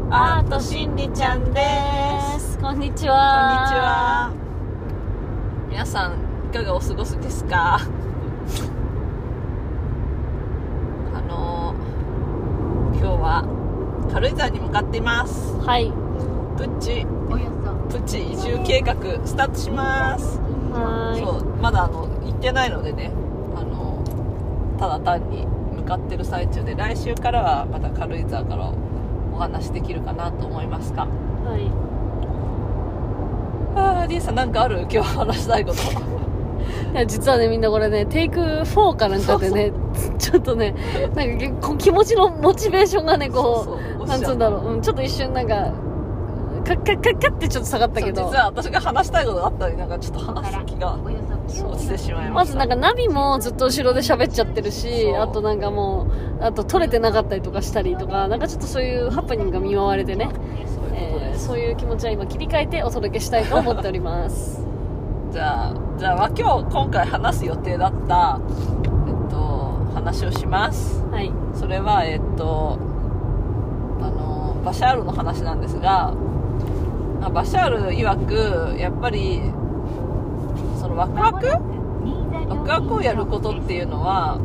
アートしんりちゃんです。 こんにちこんにちは。 は。皆さんいかがお過ごしですか？今日は軽井沢に向かっています。 はい。 プチ移住計画スタートします。そうまだ行ってないのでね、ただ単に向かってる最中で、来週からはまた軽井沢からお話できるかなと思いますが、 はい。 リエさんなんかある？今日話したいこと。 いや実はね、みんなこれね、テイク4かなんかでね、ちょっとね、なんか気持ちのモチベーションがね、 そうなんつうんだろう、ちょっと一瞬なんかカッってちょっと下がったけど、 実は私が話したいことがあったのに、なんかちょっと話す気が落ちてしまいました。 まずなんかナビもずっと後ろで喋っちゃってるし、 そうあとなんかもうあと撮れてなかったりとかしたりとか、なんかちょっとそういうハプニングが見舞われてね、そういう気持ちは今切り替えてお届けしたいと思っておりますじゃあ今回話す予定だった話をします。 はい。 それはバシャールの話なんですが、バシャール曰くやっぱりそのワクワクをやることっていうのは、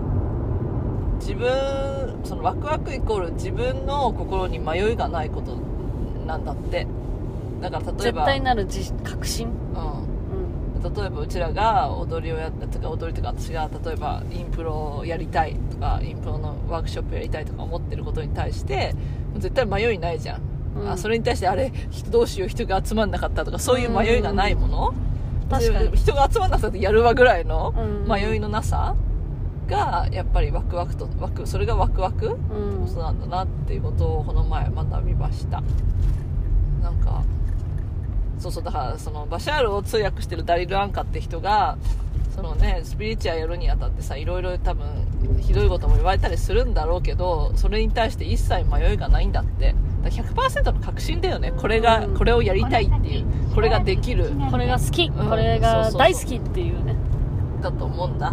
そのワクワクイコール自分の心に迷いがないことなんだって。だから例えば絶対なる確信、 例えばうちらが踊りとか私が例えばインプロをやりたいとか、インプロのワークショップやりたいとか思ってることに対して絶対迷いないじゃん、それに対してどうしよう、人が集まんなかったとか、そういう迷いがないもの、 確かに人が集まんなかったらやるわぐらいの迷いのなさがやっぱりそれがワクワクことなんだなっていうことをこの前学びました。なんかそうだから、そのバシャールを通訳してるダリル・アンカって人がそのね、スピリチュアルやるにあたってさ、いろいろ多分ひどいことも言われたりするんだろうけど、それに対して一切迷いがないんだって。だから 100% の確信だよね。これをやりたいっていう、これができる、 これが好き、これが大好きっていうね、 だと思うんだ。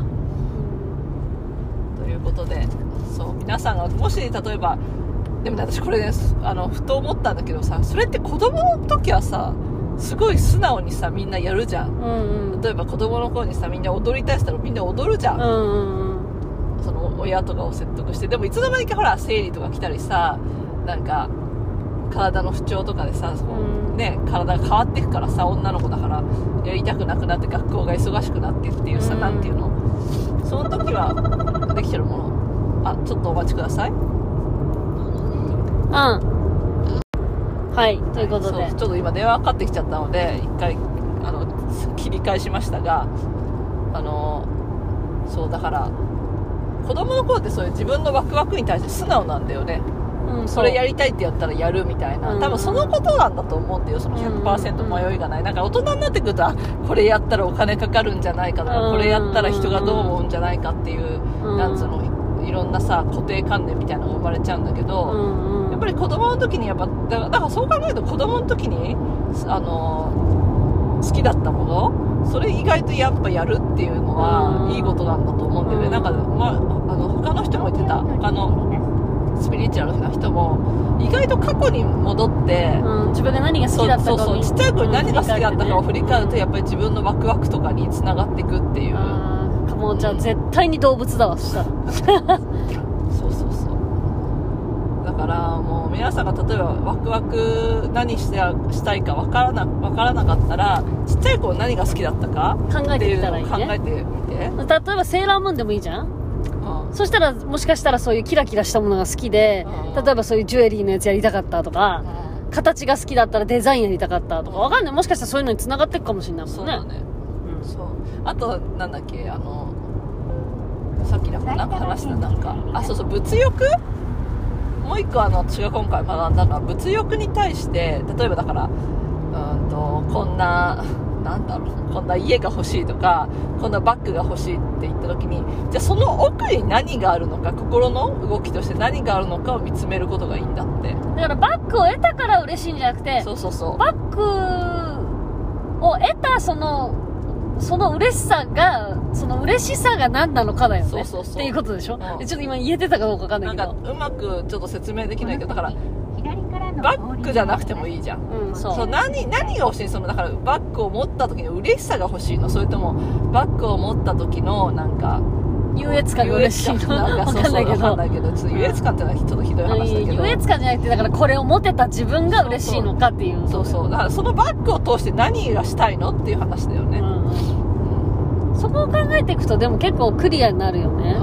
ということで、そう皆さんがもし例えば、でもね、私これね、ふと思ったんだけどさ、それって子供の時はさすごい素直にさみんなやるじゃん、例えば子供の頃にさみんな踊りたいしたらみんな踊るじゃん、その親とかを説得して。でもいつの間にかほら生理とか来たりさ、なんか体の不調とかでさ、体が変わっていくからさ、女の子だからやりたくなくなって学校が忙しくなってっていうさ、なんていうの、その時はできてるもの。ちょっとお待ちください。 はい、ということで、 ちょっと今電話かかってきちゃったので一回切り返しましたが、そうだから子供の頃ってそういう自分のワクワクに対して素直なんだよね、それやりたいってやったらやるみたいな、多分そのことなんだと思うんだよ、その 100% 迷いがない。なんか大人になってくると、これやったらお金かかるんじゃないかとか、これやったら人がどう思うんじゃないかっていう、なんつうの、いろんなさ固定観念みたいなのが生まれちゃうんだけど、やっぱり子供の時にだからそう考えると、子供の時に好きだったもの、それ意外とやっぱやるっていうのはいいことなんだと思うんだよね。なんか、他の人も言ってた、他のスピリチュアルな人も意外と過去に戻って、 自分が何が好きだったかをちっちゃい頃に何が好きだったかを振り返ると、やっぱり自分のワクワクとかにつながっていくっていう。 もうじゃあ絶対に動物だわ、そしたらそうだからもう皆さんが例えばワクワク何したいか分からなかったら、ちっちゃい頃何が好きだったか考えてみたらいいね。 考えてみて。例えばセーラームーンでもいいじゃん、そしたらもしかしたらそういうキラキラしたものが好きで、例えばそういうジュエリーのやつやりたかったとか、形が好きだったらデザインやりたかったとか、わかんない、もしかしたらそういうのに繋がっていくかもしれないもんね。 そうだね、あとなんだっけ、さっきなんか話した、そう物欲、もう一個私が今回学んだのは、物欲に対して、例えばだからこんな家が欲しいとか、こんなバッグが欲しいって言った時に、じゃあその奥に何があるのか、心の動きとして何があるのかを見つめることがいいんだって。 だからバッグを得たから嬉しいんじゃなくて、バッグを得たその嬉しさが、その嬉しさが何なのかだよね。っていうことでしょ、ちょっと今言えてたかどうかわかんないけど。 なんかうまくちょっと説明できないけど、だからバッグじゃなくてもいいじゃん、そう何が欲しい、だからバッグを持った時の嬉しさが欲しいの、それともバッグを持った時のなんか優越感が嬉しいのわかんないけど、 ちょっと優越感ってのはちょっとひどい話だけど、 優越感じゃなくて、だからこれを持てた自分が嬉しいのかっていう、 そうだからそのバッグを通して何がしたいのっていう話だよね、 そこを考えていくとでも結構クリアになるよね、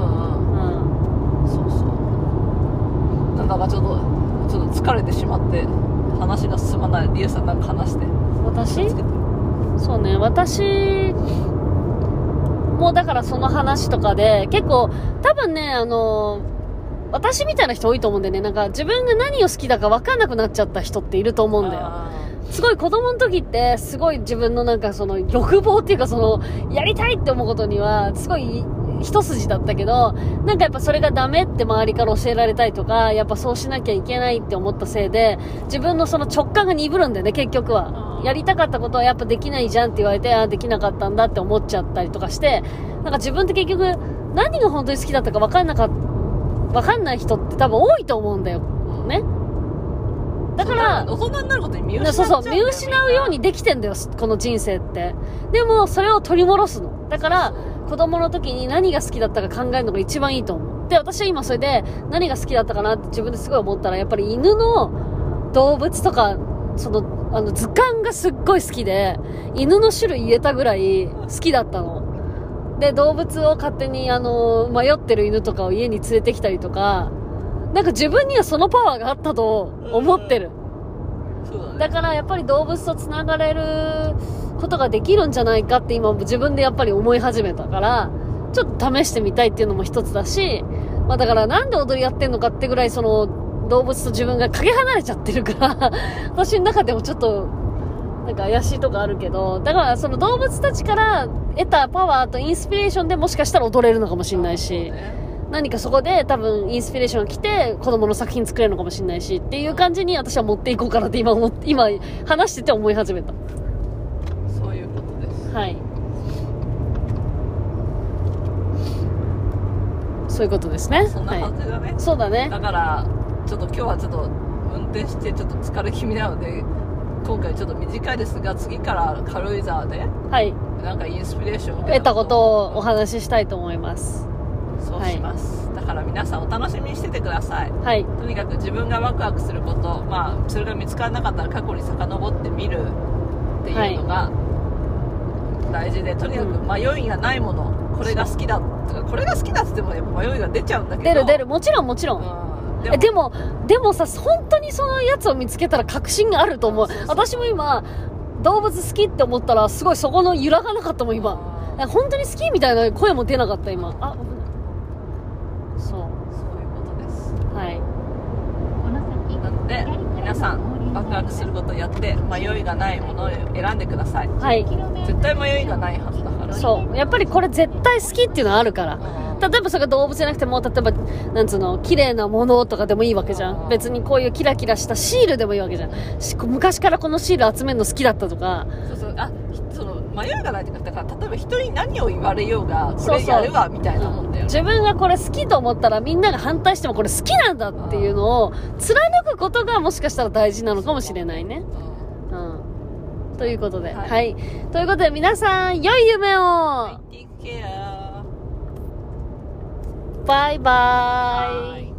そうなんかちょっと疲れてしまって話が進まない。リエさんなんか話して。 そうね、私もうだからその話とかで結構多分ね、私みたいな人多いと思うんでね、なんか自分が何を好きだか分かんなくなっちゃった人っていると思うんだよ。すごい子供の時ってすごい自分のなんかその欲望っていうか、そのやりたいって思うことにはすごい一筋だったけど、なんかやっぱそれがダメって周りから教えられたりとか、やっぱそうしなきゃいけないって思ったせいで自分のその直感が鈍るんだよね。結局はやりたかったことはやっぱできないじゃんって言われて、できなかったんだって思っちゃったりとかして、なんか自分って結局何が本当に好きだったか分かんない人って多分多いと思うんだよね。だから大人になることに見失っちゃうんだよね。 見失うようにできてんだよ、この人生って。でもそれを取り戻すの。だから子供の時に何が好きだったか考えるのが一番いいと思う。で、私は今それで何が好きだったかなって自分ですごい思ったら、やっぱり犬の動物とかその図鑑がすっごい好きで、犬の種類言えたぐらい好きだったので、動物を勝手に迷ってる犬とかを家に連れてきたりとか、なんか自分にはそのパワーがあったと思ってる。だからやっぱり動物とつながれることができるんじゃないかって今自分でやっぱり思い始めたから、ちょっと試してみたいっていうのも一つだし、だからなんで踊りやってんのかってぐらいその動物と自分がかけ離れちゃってるから私の中でもちょっとなんか怪しいとこあるけど、だからその動物たちから得たパワーとインスピレーションでもしかしたら踊れるのかもしれないし、何かそこで多分インスピレーションが来て子供の作品作れるのかもしれないしっていう感じに私は持っていこうかなって今話してて思い始めた。 そういうことです。 はい、そういうことですね。 そんな感じだね、 はい、そうだね。 だからちょっと今日はちょっと運転してちょっと疲れ気味なので今回ちょっと短いですが、次から軽井沢でなんかインスピレーションを得たことをお話ししたいと思います。 そうします、だから皆さんお楽しみにしててください。とにかく自分がワクワクすること、それが見つからなかったら過去に遡ってみるっていうのが大事で、とにかく迷いがないもの、これが好きだとか、これが好きだって言っても迷いが出ちゃうんだけど、 出るもちろん、でもさ、本当にそのやつを見つけたら確信があると思う。私も今動物好きって思ったらすごいそこの揺らがなかったもん今。本当に好きみたいな声も出なかった今。そういうことです。 はい。 なので皆さんワクワクすることをやって迷いがないものを選んでください。 はい。 絶対迷いがないはずだから。 そうやっぱりこれ絶対好きっていうのはあるから。例えばそれが動物じゃなくても、例えばなんつうの綺麗なものとかでもいいわけじゃん。別にこういうキラキラしたシールでもいいわけじゃん。昔からこのシール集めるの好きだったとか。 その迷いがないとか、だから例えば人に何を言われようがこれやるわみたいなもんだよね。 自分がこれ好きと思ったらみんなが反対してもこれ好きなんだっていうのを貫くことがもしかしたら大事なのかもしれないね。ということで、はい。ということで皆さん良い夢を。 Take care. バイバイ。